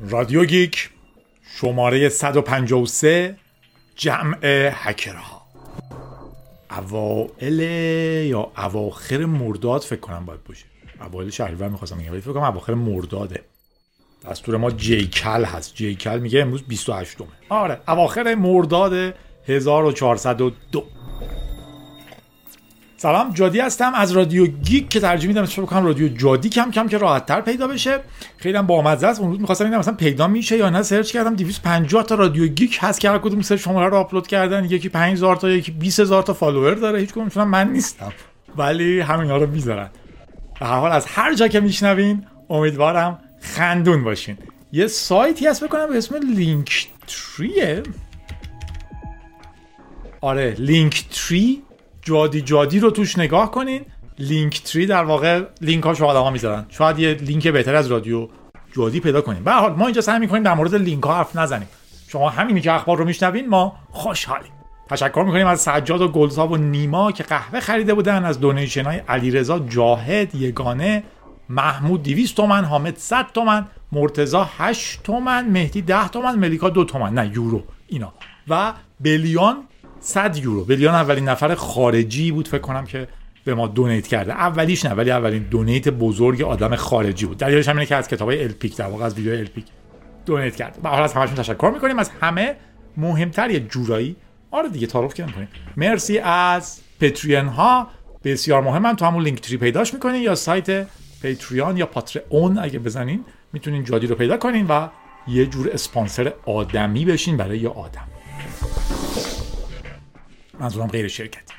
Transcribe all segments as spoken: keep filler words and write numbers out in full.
رادیو گیک شماره صد و پنجاه و سه جمع هکرها. اوائل یا اواخر مرداد فکر کنم باید باشه. اوایل شهریور می‌خواستم بگم ولی فکر کنم اواخر مرداده. دستور ما جیکل هست. جیکل میگه امروز بیست و هشتمه. آره اواخر مرداد هزار و چهارصد و دو. سلام، جادی هستم از رادیو گیک که ترجمه میدم اسمش بکنم رادیو جادی، کم کم که راحت تر پیدا بشه. خیلی هم بامزه است. اون روز می‌خواستم ببینم مثلا پیدا میشه یا نه، سرچ کردم دویست و پنجاه تا رادیو گیک هست که هر کدوم سه شماره رو آپلود کردن، یکی پنج هزار تا یکی بیست هزار تا فالوور داره، هیچ کدومشون من نیستم ولی همینا رو میذارن. به هر حال از هر جا که میشنوین امیدوارم خندون باشین. یه سایتی هست بکنم به اسم لینک تریه. آره لینک تری، جادی جادی رو توش نگاه کنین. لینک تری در واقع لینک هاشو آدم‌ها میذارن. شاید یه لینک بهتر از رادیو جادی پیدا کنیم. به هر حال ما اینجا سعی می‌کنیم در مورد لینک ها حرف نزنیم. شما همینی که اخبار رو میشنوین ما خوشحالیم. تشکر می‌کنیم از سجاد و گلزاب و نیما که قهوه خریده بودن، از دونیشن‌های علیرضا جاهد یگانه، محمود دویست تومن، حامد صد تومن، مرتضی هشت تومن، مهدی ده تومن، ملیکا دو تومن، نه یورو اینا، و بلیان صد یورو. بلیان اولین نفر خارجی بود فکر کنم که به ما دونیت کرده. اولیش نه ولی اولین دونیت بزرگ آدم خارجی بود. دلیلش همینه که از کتابای الپیک در واقع از ویدیو الپیک دونیت کرد. به هر حال از همشون تشکر می‌کنیم. از همه مهمتر یه جورایی آره دیگه تعارف که نمی‌کنیم. مرسی از پتریون ها، بسیار مهمن. تو همون لینک تری پیداش می‌کنین یا سایت پتریون یا پاترئون اگه بزنین میتونین جادی رو پیدا کنین و یه جور اسپانسر آدمی بشین برای یه آدم. منظورم غیر شرکتی.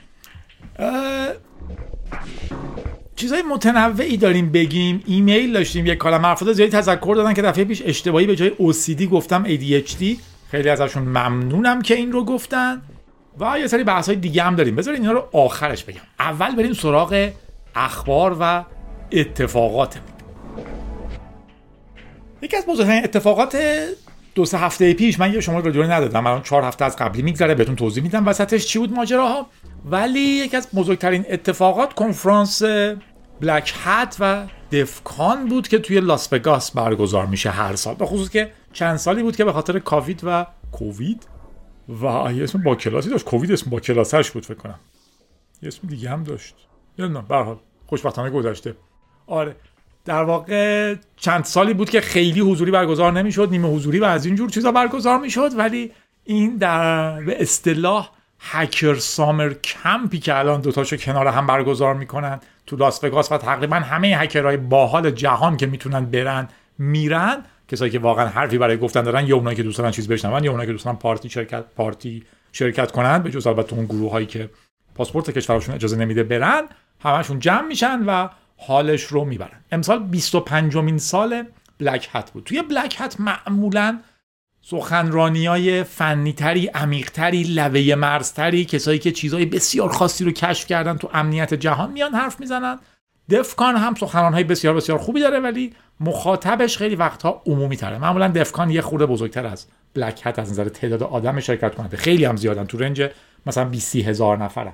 چیزای متنوعی داریم بگیم. ایمیل داشتیم، یک کالم افراد زیادی تذکر دادن که دفعه پیش اشتباهی به جای او سی دی گفتم ای دی اچ دی. خیلی ازشون ممنونم که این رو گفتن. و یه سری بحث‌های دیگه هم داریم. بذارید اینا رو آخرش بگم. اول بریم سراغ اخبار و اتفاقات. یکی از بزرگترین اتفاقات دو سه هفته پیش، من یه شماره رادیویی ندادم، الان چهار هفته از قبلی میگذره بهتون توضیح میدم وسطش چی بود ماجراها، ولی یکی از بزرگترین اتفاقات کنفرانس بلک هت و دفکان بود که توی لاس وگاس برگزار میشه هر سال، به خصوص که چند سالی بود که به خاطر کووید و کووید و یه اسم با کلاسی داشت، کووید اسم با کلاسش بود فکر کنم، یه اسم دیگه هم داشت، نمیدونم، به هر حال خوشبختانه گذشته. آره در واقع چند سالی بود که خیلی حضوری برگزار نمیشد، نیمه حضوری و از این جور چیزا برگزار میشد، ولی این در به اصطلاح هکر سامر کمپی که الان دوتاشو کنار هم برگزار میکنن تو لاس وگاس و تقریبا همه هکرهای باحال جهان که میتونن برن میرن، کسایی که واقعا حرفی برای گفتن دارن، یا اونایی که دوست دارن چیز بشنون یا اونایی که دوست دارن پارتی شرکت پارتی شرکت کنن، به جز البته اون گروهایی که پاسپورت کشورشون اجازه نمیده برن، همشون جمع میشن و حالش رو میبرن. امسال بیست و پنجمین سال بلک هت بود. توی بلک هت معمولاً سخنرانیای فنی‌تری، عمیق‌تری، لوه مرزتری، کسایی که چیزای بسیار خاصی رو کشف کردن تو امنیت جهان میان حرف میزنن. دفکان هم سخنران‌های بسیار بسیار خوبی داره ولی مخاطبش خیلی وقتها عمومی تره. معمولاً دفکان یه خورده بزرگتر از بلک هت از نظر تعداد آدم شرکت کننده، خیلی هم زیادن، تو رنج مثلا بیست هزار نفره.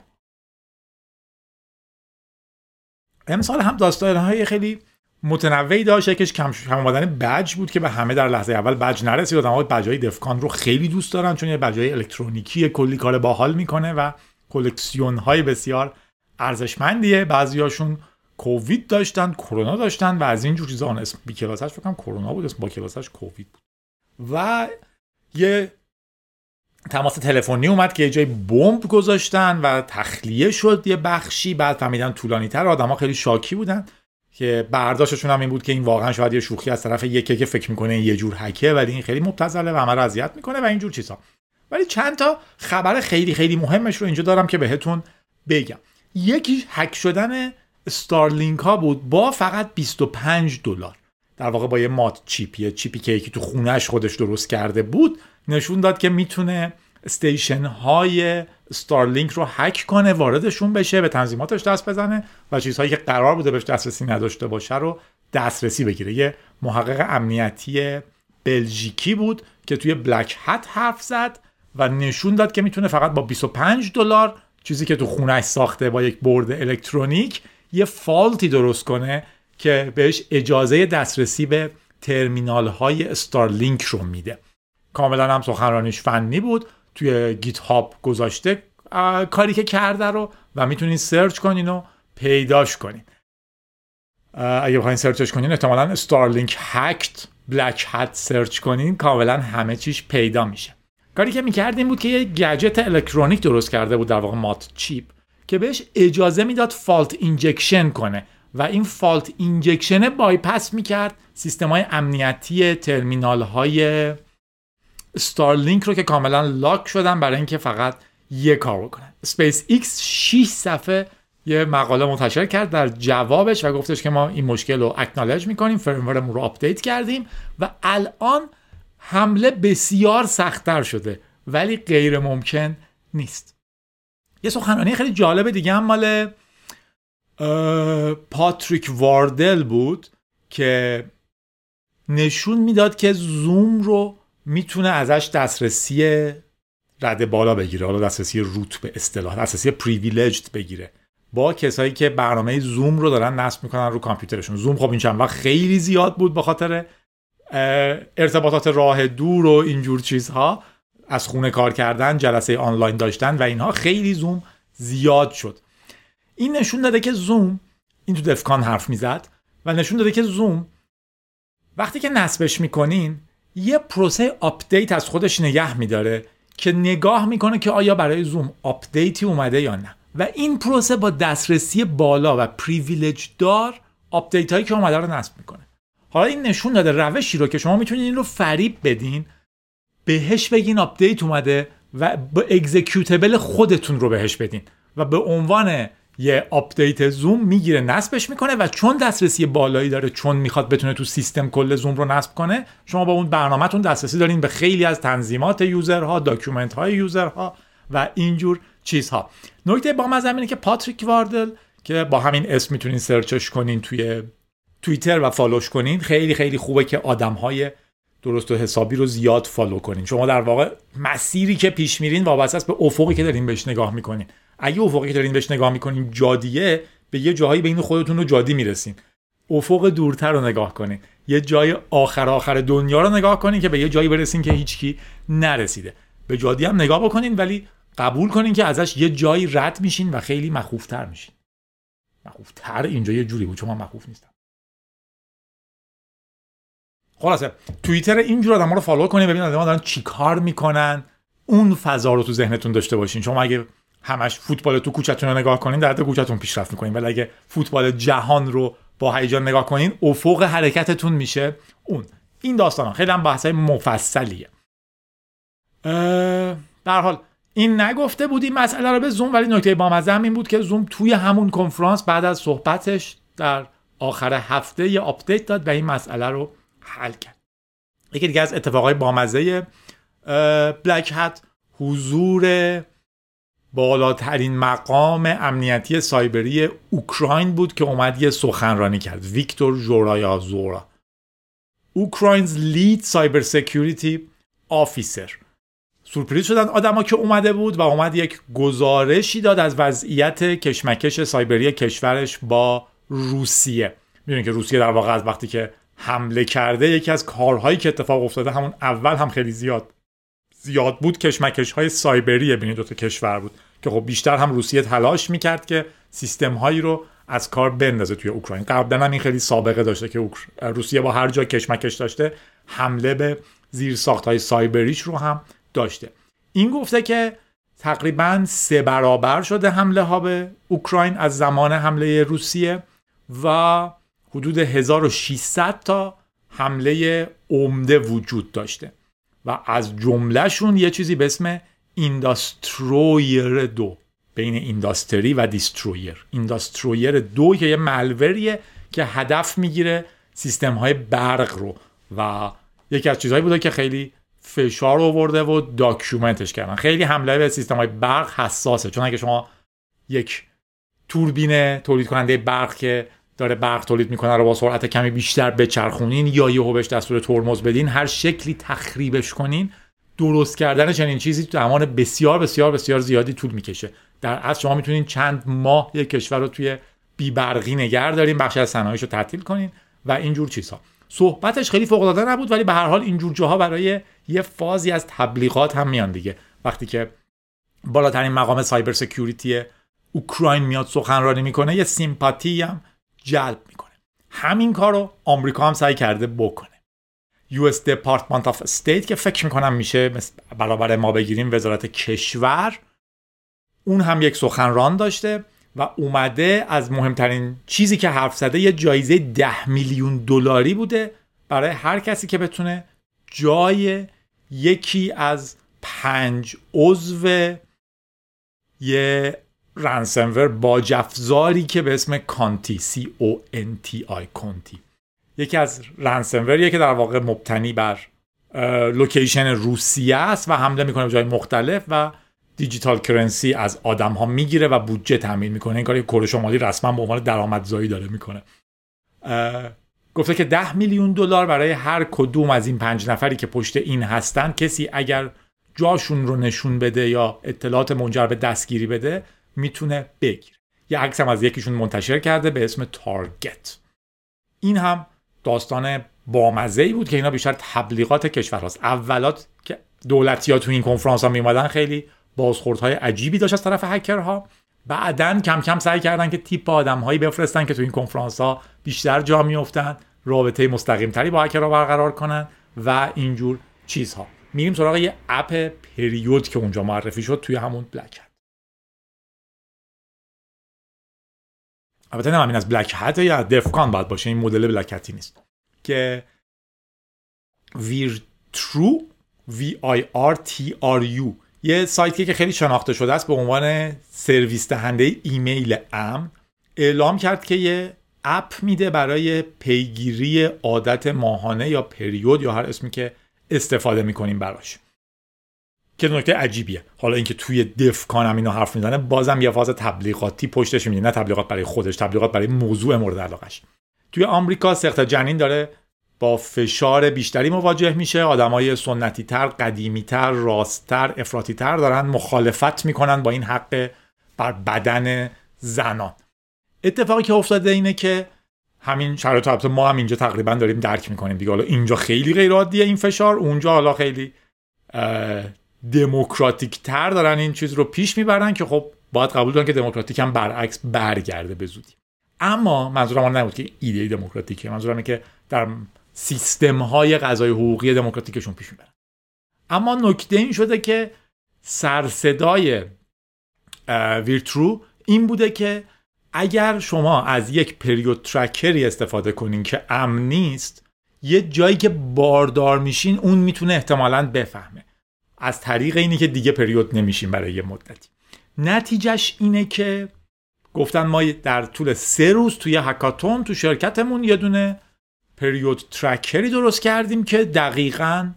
امسال هم داستان‌های خیلی متنوعی داشت. یکیش کم کم اومدن بج بود که به همه در لحظه اول بج نرسید. آدم‌ها بج‌های دفکان رو خیلی دوست دارن چون یه بج‌های الکترونیکی کلی کار باحال میکنه و کلکسیون‌های بسیار ارزشمندیه. بعضیاشون کووید داشتن، کرونا داشتن و از این جور چیزا. اون اسم بی کلاسش فکر کنم کرونا بود، اسم با کلاسش کووید بود. و یه تماس تلفنی اومد که یه جای بمب گذاشتن و تخلیه شد یه بخشی، بعد فهمیدن طولانی‌تر. آدم‌ها خیلی شاکی بودن که برداشتشون هم این بود که این واقعا شاید یه شوخی از طرف یکی که فکر میکنه یه جور هکه ولی این خیلی مبتذله و همه رو اذیت میکنه و این جور چیزا. ولی چند تا خبر خیلی خیلی مهمش رو اینجا دارم که بهتون بگم. یکی هک شدن استارلینک ها بود با فقط بیست و پنج دلار. در واقع با یه مات چیپ، یه چیپی که یکی تو خونه‌اش خودش درست کرده بود، نشون داد که میتونه استیشن های استارلینک رو هک کنه، واردشون بشه، به تنظیماتش دست بزنه و چیزهایی که قرار بوده بهش دسترسی نداشته باشه رو دسترسی بگیره. یه محقق امنیتی بلژیکی بود که توی بلک هت حرف زد و نشون داد که میتونه فقط با بیست و پنج دلار چیزی که تو خونه‌اش ساخته با یک برد الکترونیک یه فالتی درست کنه که بهش اجازه دسترسی به ترمینال های استارلینک رو میده. کاملا هم سخنرانیش فنی بود، توی گیت هاب گذاشته کاری که کرده رو و میتونین سرچ کنین و پیداش کنین. اگه بخواین سرچش کنین احتمالاً استارلینک هکت بلک هت سرچ کنین کاملا همه چیش پیدا میشه. کاری که میکرد این بود که یه گجت الکترونیک درست کرده بود، در واقع مات چیپ، که بهش اجازه میداد فالت اینجکشن کنه و این فالت اینجکشن بایپاس میکرد سیستم‌های امنیتی ترمینال‌های استارلینک رو که کاملا لاک شدن برای اینکه فقط یه کار بکنن. اسپیس ایکس شش صفحه یه مقاله منتشر کرد در جوابش و گفتش که ما این مشکل رو اکنالج میکنیم، فرمورمون رو آپدیت کردیم و الان حمله بسیار سخت‌تر شده ولی غیر ممکن نیست. یه سخنرانی خیلی جالب دیگه هم مال پاتریک واردل بود که نشون میداد که زوم رو میتونه ازش دسترسی رده بالا بگیره، حالا دسترسی روت به اصطلاح، دسترسی پریویلیجد بگیره با کسایی که برنامه زوم رو دارن نصب میکنن رو کامپیوترشون. زوم خب این چند وقت خیلی زیاد بود به خاطر ارتباطات راه دور و اینجور چیزها، از خونه کار کردن، جلسه آنلاین داشتن و اینها، خیلی زوم زیاد شد. این نشون داده که زوم، این تو دفکان حرف میزد و نشون داده که زوم وقتی که نصبش میکنین یه پروسه آپدیت از خودش نگه میداره که نگاه میکنه که آیا برای زوم آپدیتی اومده یا نه و این پروسه با دسترسی بالا و پریویلیج دار آپدیت هایی که اومده رو نصب میکنه. حالا این نشون داده روشی رو که شما میتونید این رو فریب بدین، بهش بگین آپدیت اومده و با اگزیکیوتبل خودتون رو بهش بدین و به عنوان یه آپدیت زوم میگیره نصبش میکنه و چون دسترسی بالایی داره، چون میخواد بتونه تو سیستم کل زوم رو نصب کنه، شما با اون برنامه‌تون دسترسی دارین به خیلی از تنظیمات یوزرها، داکیومنت های یوزرها و اینجور چیزها. نکته بامزه اینه که پاتریک واردل که با همین اسم میتونین سرچش کنین توی توییتر و فالوش کنین، خیلی خیلی خوبه که آدم‌های درست و حسابی رو زیاد فالو کنین. شما در واقع مسیری که پیش میرین وابسته است به افقی که دارین بهش نگاه میکنین. اگه افقی که دارین بهش نگاه میکنین جادیه، به یه جاهایی بین خودتون و جادی میرسین. افق دورتر رو نگاه کنین، یه جای آخر آخر دنیا رو نگاه کنین که به یه جایی برسین که هیچکی نرسیده. به جادی هم نگاه بکنین ولی قبول کنین که ازش یه جایی رد میشین و خیلی مخوفتر میشین. مخوفتر اینجا یه جوری بود چون من مخوف نیستم. خلاصه توییتر اینجور آدم‌ها رو فالو کنین، ببینید آدم‌ها دارن چیکار میکنن، اون فضا رو تو ذهنتون داشته باشین. شما اگه همش فوتبال تو کوچه‌تون رو نگاه کنین، در حد کوچه‌تون پیشرفت میکنین، ولی اگه فوتبال جهان رو با هیجان نگاه کنین، افق حرکتتون میشه اون. این داستانا خیلی هم بحثای مفصلیه. در حال این نگفته بود این مسئله رو به زوم، ولی نکته بامزه هم این بود که زوم توی همون کنفرانس بعد از صحبتش در آخر هفته یه آپدیت داد و این مسئله رو حل کرد. یکی دیگه از اتفاقای بامزه بلک هت حضور بالاترین مقام امنیتی سایبری اوکراین بود که اومد یه سخنرانی کرد. ویکتور ژورایازورا، اوکراینز لید سایبر سکیوریتی آفیسر. سورپرایز شدن آدما که اومده بود و اومد یک گزارشی داد از وضعیت کشمکش سایبری کشورش با روسیه. میدونید که روسیه در واقع از وقتی که حمله کرده، یکی از کارهایی که اتفاق افتاده همون اول هم خیلی زیاد زیاد بود، کشمکش‌های سایبری بین دو تا کشور بود که خب بیشتر هم روسیه تلاش میکرد که سیستم‌هایی رو از کار بندازه توی اوکراین. قبلا هم این خیلی سابقه داشته که روسیه با هر جا کشمکش داشته حمله به زیرساخت‌های سایبریش رو هم داشته. این گفته که تقریباً سه برابر شده حمله ها به اوکراین از زمان حمله روسیه و حدود هزار و ششصد تا حمله عمده وجود داشته و از جملهشون یه چیزی به اسم اینداسترویر دو، بین اینداستری و دیسترویر. اینداسترویر دو که یه مالوریه که هدف میگیره سیستم های برق رو و یکی از چیزهایی بوده که خیلی فشار آورده و داکیومنتش کردن. خیلی حمله به سیستم های برق حساسه، چون اگه شما یک توربین تولید کننده برق که داره برق تولید میکنه رو با سرعت کمی بیشتر بچرخونین یا یهو بهش دستور ترمز بدین، هر شکلی تخریبش کنین، درست کردن چنین چیزی تو زمان بسیار بسیار بسیار زیادی طول میکشه. در اصل شما میتونین چند ماه یک کشور رو توی بی‌برقی نگه دارین، بخش از صنایعش رو تعطیل کنین و اینجور چیزها. صحبتش خیلی فوق العاده نبود، ولی به هر حال این جور جاها برای یه فازی از تبلیغات هم میان دیگه. وقتی که بالاترین مقام سایبر سکیوریتی اوکراین میاد سخنرانی میکنه، یه سیمپاتی هم جلب میکنه. همین کارو آمریکا هم سعی کرده بکنه. یو اس Department of State که فکر میکنم میشه برابر ما بگیریم وزارت کشور، اون هم یک سخنران داشته و اومده از مهمترین چیزی که حرف زده یه جایزه ده میلیون دلاری بوده برای هر کسی که بتونه جای یکی از پنج عضو یه رنسمور باج‌افزاری که به اسم کانتی سی او ان تی آی کانتی، یکی از رنسموریه که در واقع مبتنی بر لوکیشن روسیه است و حمله میکنه به جای مختلف و دیجیتال کرنسی از آدم ها میگیره و بودجه تامین میکنه. این کاری که کره شمالی رسما به عنوان درآمدزایی داره میکنه. گفته که ده میلیون دلار برای هر کدوم از این پنج نفری که پشت این هستن، کسی اگر جاشون رو نشون بده یا اطلاعات منجر به دستگیری بده میتونه بگیره. یه عکس هم از یکیشون منتشر کرده به اسم تارگت. این هم داستان بامزه‌ای بود که اینا بیشتر تبلیغات کشور هاست. اولات که دولتی‌ها تو این کنفرانس ها می اومدن خیلی بازخوردهای عجیبی داشت از طرف هکرها. بعدن کم کم سعی کردن که تیپ آدم‌هایی بفرستن که تو این کنفرانس ها بیشتر جا میافتن، رابطه مستقیم تری با هکرها برقرار کنن و اینجور چیزها. میریم سراغ یه اپ پریود که اونجا معرفی شد توی همون بلک هت. البته نه همین از بلک هت یا دفکان باید باشه، این مدل بلک هتی نیست، که ویرترو وی آی آر تی آر یو یه سایتی که خیلی شناخته شده است به عنوان سرویس دهنده ایمیل امن، اعلام کرد که یه اپ میده برای پیگیری عادت ماهانه یا پریود یا هر اسمی که استفاده میکنیم براش، که نکته عجیبیه. حالا اینکه توی دفکان هم اینو حرف میزنه، بازم یه فاز تبلیغاتی پشتش میاد، نه تبلیغات برای خودش، تبلیغات برای موضوع مورد علاقش. توی آمریکا سقط جنین داره با فشار بیشتری مواجه میشه. آدمای سنتی تر، قدیمی تر، راست تر، افراطی تر دارن مخالفت میکنن با این حق بر بدن زنان. اتفاقی که افتاده اینه که همین شرایط البته ما هم اینجا تقریبا داریم درک میکنیم دیگه. حالا اینجا خیلی غیر عادیه این فشار، اونجا حالا خیلی دموکراتیک تر دارن این چیز رو پیش میبرن که خب باید قبول کنن که دموکراتیک هم برعکس برگرده به زودی. اما منظورم اون نبود که ایده دموکراتیکه، منظورم اینه که در سیستم های قضایی حقوقی دموکراتیکشون پیش میبرن. اما نکته این شده که سرصدای ویرترو این بوده که اگر شما از یک پریود ترکری استفاده کنین که امن نیست، یه جایی که باردار میشین اون میتونه احتمالاً بفهمه از طریق اینی که دیگه پریود نمیشین برای یه مدتی. نتیجهش اینه که گفتن ما در طول سه روز توی هکاتون تو شرکتمون یه دونه پریود ترکری درست کردیم که دقیقاً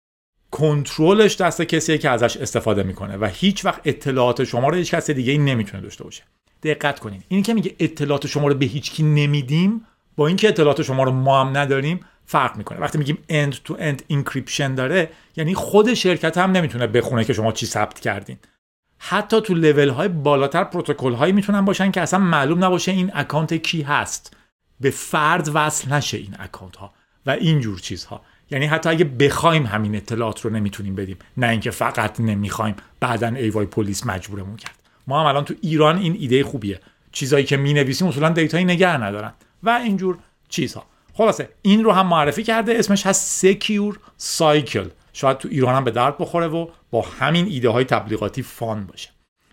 کنترلش دست کسیه که ازش استفاده میکنه و هیچ وقت اطلاعات شما رو هیچ کس دیگه این نمیتونه داشته باشه. دقت کنین، اینی که میگه اطلاعات شما رو به هیچ کی نمیدیم با اینکه اطلاعات شما رو ما هم نداریم فرق میکنه. وقتی میگیم end to end encryption داره، یعنی خود شرکت هم نمیتونه بخونه که شما چی ثبت کردین. حتی تو لول های بالاتر پروتکل هایی میتونن باشن که اصلا معلوم نباشه این اکانت کی هست، به فرد وصل نشه این اکانت ها و اینجور چیزها. یعنی حتی اگه بخوایم همین اطلاعات رو نمیتونیم بدیم، نه اینکه فقط نمیخوایم بعدن ایوای پلیس مجبورمون کرد. ما هم الان تو ایران این ایده خوبیه، چیزایی که مینویسیم اصولا دیتایی نگه ندارن و اینجور چیزها. خلاصه این رو هم معرفی کرده، اسمش هست سکیور سایکل. شاید تو ایران هم به درد بخوره و با همین ایده های تبلیغاتی فان باشه.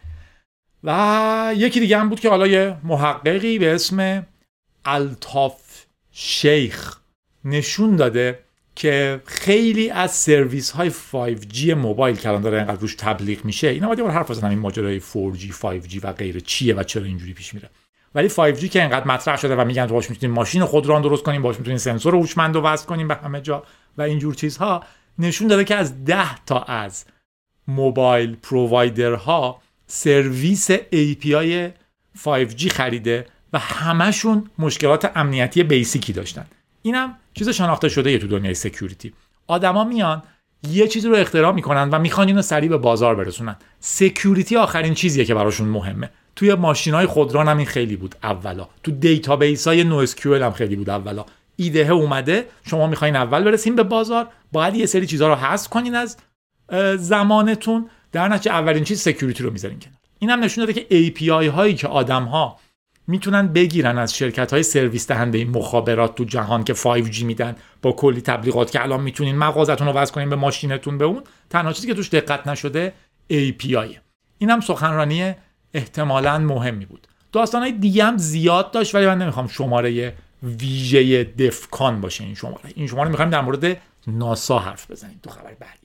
و یکی دیگه هم بود که حالا یه محققی به اسم الطاف شیخ نشون داده که خیلی از سرویس های فایو جی موبایل که الان داره اینقدر روش تبلیغ میشه، اینا باید یه بار حرف بزنم این ماجرای فور جی فایو جی و غیره چیه و چرا اینجوری پیش میره. ولی فایو جی که اینقدر مطرح شده و میگن باهاش میتونین ماشین خودران درست کنین، باهاش میتونین سنسور هوشمند رو وصل کنین به همه جا و اینجور چیزها، نشون داده که از ده تا از موبایل پرووایدرها سرویس ای پی آی فایو جی خریده و همشون مشکلات امنیتی بیسیکی داشتن. اینم چیز شناخته شده تو دنیای سکیوریتی. آدما میان یه چیزی رو اختراع میکنن و میخوان اینو سریع به بازار برسونن. سکیوریتی آخرین چیزیه که براشون مهمه. توی ماشینای خودران هم این خیلی بود اولا، تو دیتابیس‌های نو اس کیو ال هم خیلی بود اولا. ایده اومده، شما میخواین اول برسین به بازار، باید یه سری چیزها رو حذف کنین از زمانتون، در نتیجه اولین چیز سکیوریتی رو میذارین کنار. این هم نشون داده که ای پی آی هایی که آدم‌ها میتونن بگیرن از شرکت‌های سرویس دهنده مخابرات تو جهان که فایو جی میدن با کلی تبلیغات که الان میتونین مغازتون رو وصل کنین به ماشینتون، به اون تنها چیزی که توش دقت نشده ای پی آی. این هم سخنرانی احتمالاً مهمی بود. داستانای دیگه هم زیاد داشت ولی من نمیخوام شماره ویژه دفکان باشه این شماره. این شماره میخوایم در مورد ناسا حرف بزنیم تو خبر بعدی.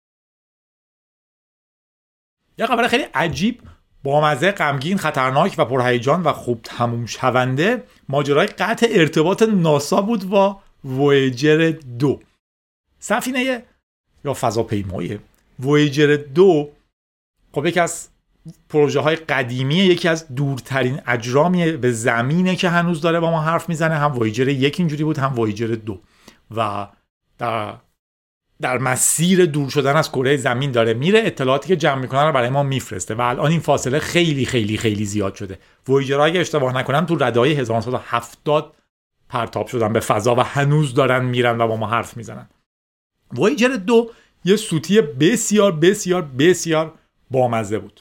یه خبر خیلی عجیب، بامزه، غمگین، خطرناک و پرهیجان و خوب تموم شونده ماجرای قطع ارتباط ناسا بود با وویجر دو. سفینه یا فضاپیمای وویجر دو خب یکی از پروژه های قدیمیه، یکی از دورترین اجرامیه به زمینه که هنوز داره با ما حرف میزنه. هم وویجر یک اینجوری بود، هم وویجر دو، و در در مسیر دور شدن از کره زمین داره میره، اطلاعاتی که جمع میکنه رو برای ما میفرسته و الان این فاصله خیلی خیلی خیلی زیاد شده. وویجرها اگه اشتباه نکنم تو رده‌های هزار و نهصد و هفتاد پرتاب شدن به فضا و هنوز دارن میرن و با ما حرف میزنن. وویجر دو یه سوتی بسیار بسیار بسیار بامزه بود.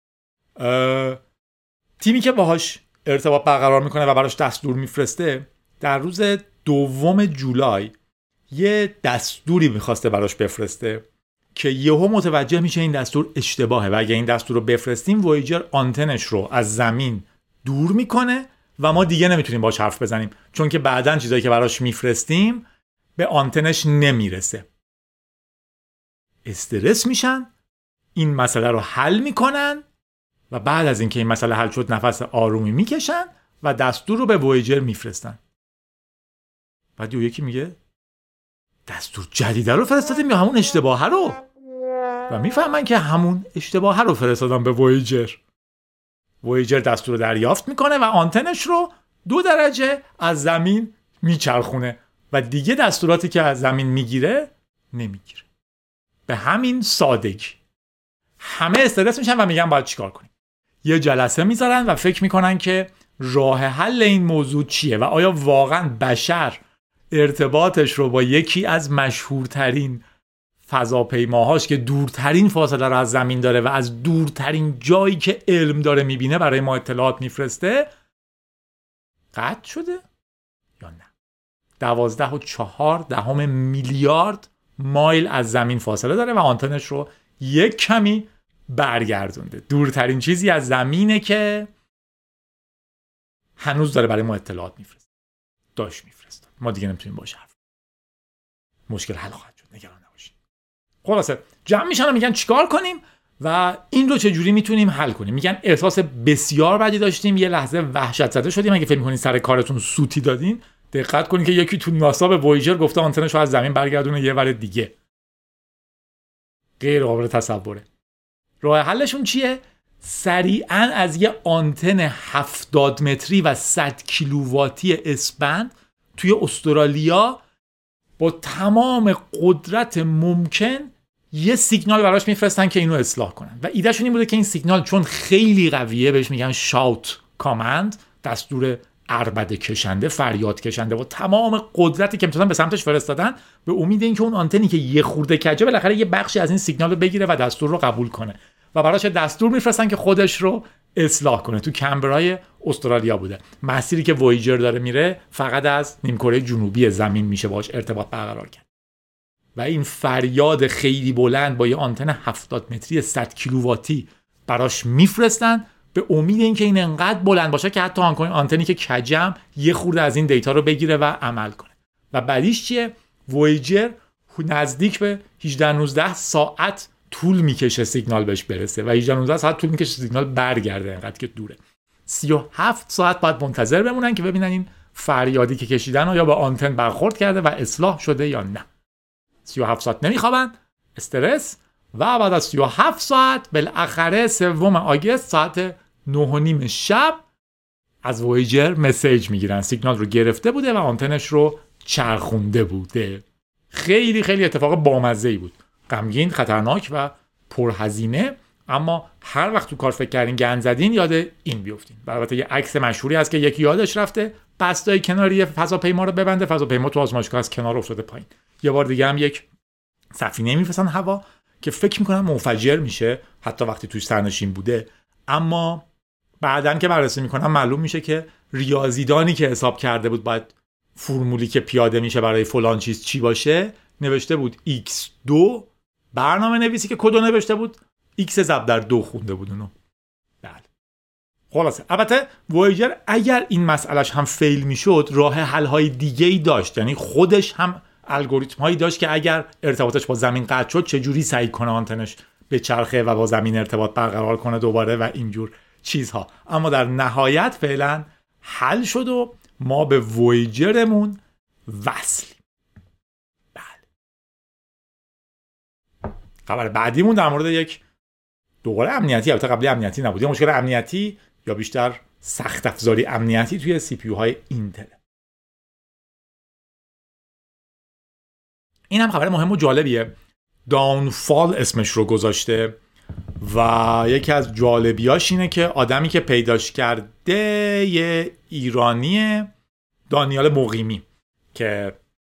تیمی که باهاش ارتباط برقرار میکنه و براش دستور میفرسته در روز دوم جولای یه دستوری میخواسته براش بفرسته که یهو متوجه میشه این دستور اشتباهه و اگه این دستور رو بفرستیم وویجر آنتنش رو از زمین دور میکنه و ما دیگه نمیتونیم باهاش حرف بزنیم، چون که بعدن چیزایی که براش میفرستیم به آنتنش نمیرسه. استرس میشن، این مسئله رو حل میکنن و بعد از اینکه این مسئله حل شد نفس آرومی میکشن و دستور رو به وویجر میفرستن. بعد یکی میگه دستور جدیده رو فرستادیم یا همون اشتباهه رو؟ و میفهمن که همون اشتباهه رو فرستادن به وویجر. وویجر دستور رو دریافت میکنه و آنتنش رو دو درجه از زمین میچرخونه و دیگه دستوراتی که از زمین میگیره نمیگیره. به همین سادگی. همه استرس میشن و میگن باید چیکار کنیم. یه جلسه میذارن و فکر میکنن که راه حل این موضوع چیه و آیا واقعا بشر ارتباطش رو با یکی از مشهورترین فضاپیماهاش که دورترین فاصله رو از زمین داره و از دورترین جایی که علم داره میبینه برای ما اطلاعات میفرسته قطع شده یا نه؟ دوازده و چهار دهم میلیارد مایل از زمین فاصله داره و آنتنش رو یک کمی برگردونده. دورترین چیزی از زمینه که هنوز داره برای ما اطلاعات میفرسته. داشت میفرسته. ما دیگه نمیتونیم باشه حرف. مشکل حل خواهد شد، نگران نباشید. خلاصه جمع میشن و میگن چیکار کنیم و این رو چجوری میتونیم حل کنیم. میگن احساس بسیار بدی داشتیم، یه لحظه وحشت زده شدیم. اگه فکر می‌کنین سر کارتون سوتی دادین، دقت کنین که یکی تو ناسا به وویجر گفته آنتنش رو از زمین برگردونه یه ور دیگه. غیر قابل تصوره. راه حلشون چیه؟ سریعاً از یه آنتن هفتاد متری و صد کیلوواتی اسبند توی استرالیا با تمام قدرت ممکن یه سیگنال براش میفرستن که اینو اصلاح کنن و ایدهشون این بوده که این سیگنال چون خیلی قویه بهش میگن شاوت کامند، دستور عربده کشنده، فریاد کشنده و تمام قدرتی که میتونن به سمتش فرستادن به امید اینکه اون آنتنی که یه خورده کجه بالاخره یه بخشی از این سیگنال رو بگیره و دستور رو قبول کنه و براش دستور میفرستن که خودش رو اصلاح کنه. تو کمبرای استرالیا بوده. مسیری که وویجر داره میره فقط از نیمکره جنوبی زمین میشه باهاش ارتباط برقرار کرد و این فریاد خیلی بلند با یه آنتن هفتاد متری صد کیلوواتی براش میفرستن به امید اینکه این انقدر بلند باشه که حتی آنتنی که کجم یه خورده از این دیتا رو بگیره و عمل کنه. و بعدیش چیه؟ وویجر نزدیک به هجده نوزده ساعت طول میکشه سیگنال بهش برسه و هجده نوزده ساعت طول میکشه سیگنال برگرده، انقدر که دوره. سی و هفت ساعت باید منتظر بمونن که ببینن این فریادی که کشیدن یا با آنتن برخورد کرده و اصلاح شده یا نه. سی و هفت ساعت نمیخوابن، استرس، و بعد از سی و هفت ساعت بالاخره سوم آگوست ساعت نه و نیم شب از وویجر مسیج میگیرن. سیگنال رو گرفته بوده و آنتنش رو چرخونده بوده. خیلی خیلی اتفاق بامزه‌ای بود. غمگین، خطرناک و پرهزینه اما هر وقت تو کار فکر کردین گند زدین یاد این بیافتین. البته یه عکس مشهوری هست که یکی یادش رفته بستای کناری فضاپیما رو ببنده، فضاپیما تو آزمایشگاه از کنار افتاده پایین. یه بار دیگه هم یک سفینه میفرستن هوا که فکر میکنن منفجر میشه حتی وقتی توش سرنشین بوده، اما بعدن که بررسی میکنن معلوم میشه که ریاضیدانی که حساب کرده بود باید فرمولی که پیاده میشه برای فلان چیز چی باشه نوشته بود ایکس دو، برنامه نویسی که کدو نوشته بود ایکس ضرب در دو خونده بود اونو. بله خلاصه البته وویجر اگر این مسئلهش هم فیل میشد راه حل های دیگه ای داشت، یعنی خودش هم الگوریتم هایی داشت که اگر ارتباطش با زمین قطع شد چجوری سعی کنه آنتنش به چرخه و با زمین ارتباط برقرار کنه دوباره و اینجور چیزها. اما در نهایت فعلا حل شد و ما به وویجرمون وصلیم. بله. خبر بعدیمون در مورد یک دوباره امنیتی، البته قبلی امنیتی نبود، یه مشکل امنیتی یا بیشتر سخت افزاری امنیتی توی سی پی یو های اینتل. این هم خبر مهم و جالبیه. داونفال اسمش رو گذاشته و یکی از جالبیاش اینه که آدمی که پیداش کرده یه ایرانیه، دانیال مقیمی، که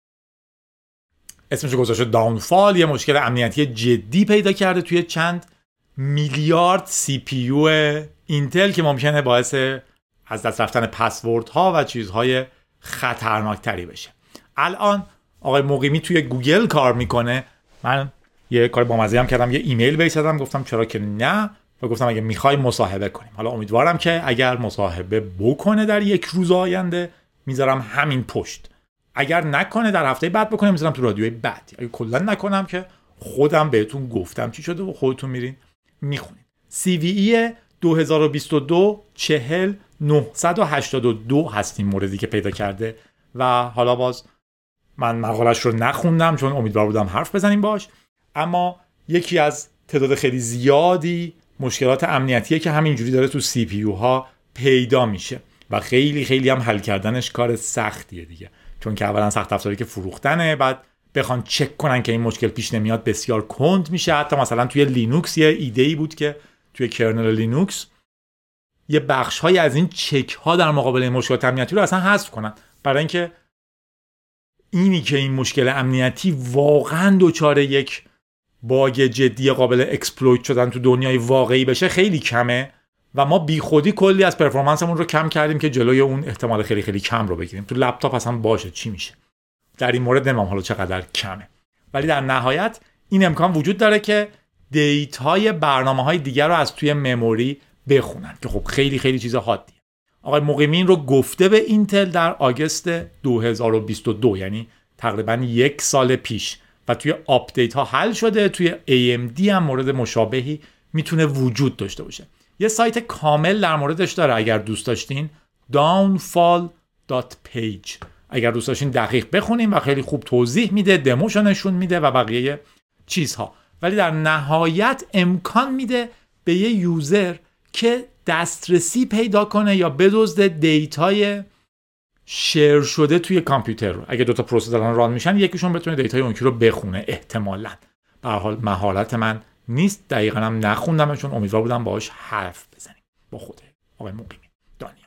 اسمش رو گذاشته داونفال. یه مشکل امنیتی جدی پیدا کرده توی چند میلیارد سی پی یو اینتل که ممکنه باعث از دست رفتن پسورد ها و چیزهای خطرناکتری بشه. الان آقای مقیمی توی گوگل کار میکنه. من یه کار بامزه هم کردم، یه ایمیل بهش دادم گفتم چرا که نه، و گفتم اگه میخوای مصاحبه کنیم. حالا امیدوارم که اگر مصاحبه بکنه در یک روز آینده میذارم همین پشت، اگر نکنه در هفته بعد بکنه میذارم تو رادیوی بعد، اگه کلا نکنم که خودم بهتون گفتم چی شده و خودتون میرین میخونید. سی وی ای دو هزار و بیست و دو چهل نهصد و هشتاد و دو هستیم موردی که پیدا کرده و حالا باز من مقالش رو نخوندم چون امیدوار بودم حرف بزنیم باش، اما یکی از تعداد خیلی زیادی مشکلات امنیتیه که همینجوری داره تو سی پی یو ها پیدا میشه و خیلی خیلی هم حل کردنش کار سختیه دیگه، چون که اولا سخت افزاری که فروختنه، بعد بخوان چک کنن که این مشکل پیش نمیاد بسیار کند میشه. حتی مثلا توی لینوکس یه ایده‌ای بود که توی کرنل لینوکس یه بخش‌های از این چک ها در مقابل این مشکلات امنیتی رو اصلا حذف کنن، برای اینکه اینی که این مشکل امنیتی واقعا دچار یک باگ جدی قابل اکسپلویت شدن تو دنیای واقعی بشه خیلی کمه و ما بیخودی کلی از پرفورمنسمون رو کم کردیم که جلوی اون احتمال خیلی خیلی کم رو بگیریم. تو لپتاپ اصلا باشه چی میشه در این مورد نمیم حالا چقدر کمه، ولی در نهایت این امکان وجود داره که دیتای برنامه‌های دیگر رو از توی مموری بخونن که خب خیلی خیلی چیز حادیه. آقای مقیمی رو گفته به اینتل در آگوست دو هزار و بیست و دو، یعنی تقریبا یک سال پیش، و توی آپدیت ها حل شده. توی ای ام دی هم مورد مشابهی میتونه وجود داشته باشه. یه سایت کامل در موردش داره اگر دوست داشتین، downfall دات page، اگر دوست داشتین دقیق بخونین و خیلی خوب توضیح میده، دموشو نشون میده و بقیه چیزها، ولی در نهایت امکان میده به یه یوزر که دسترسی پیدا کنه یا بدزده دیتای شیر شده توی کامپیوتر رو. اگه دوتا پروسس دارن ران میشن یکیشون بتونه دیتای اون یکی رو بخونه احتمالاً. به هر حال مهارت من نیست، دقیقاً هم نخوندم چون امیدوار بودم باهاش حرف بزنیم با خود آقای مقیمی دانیال.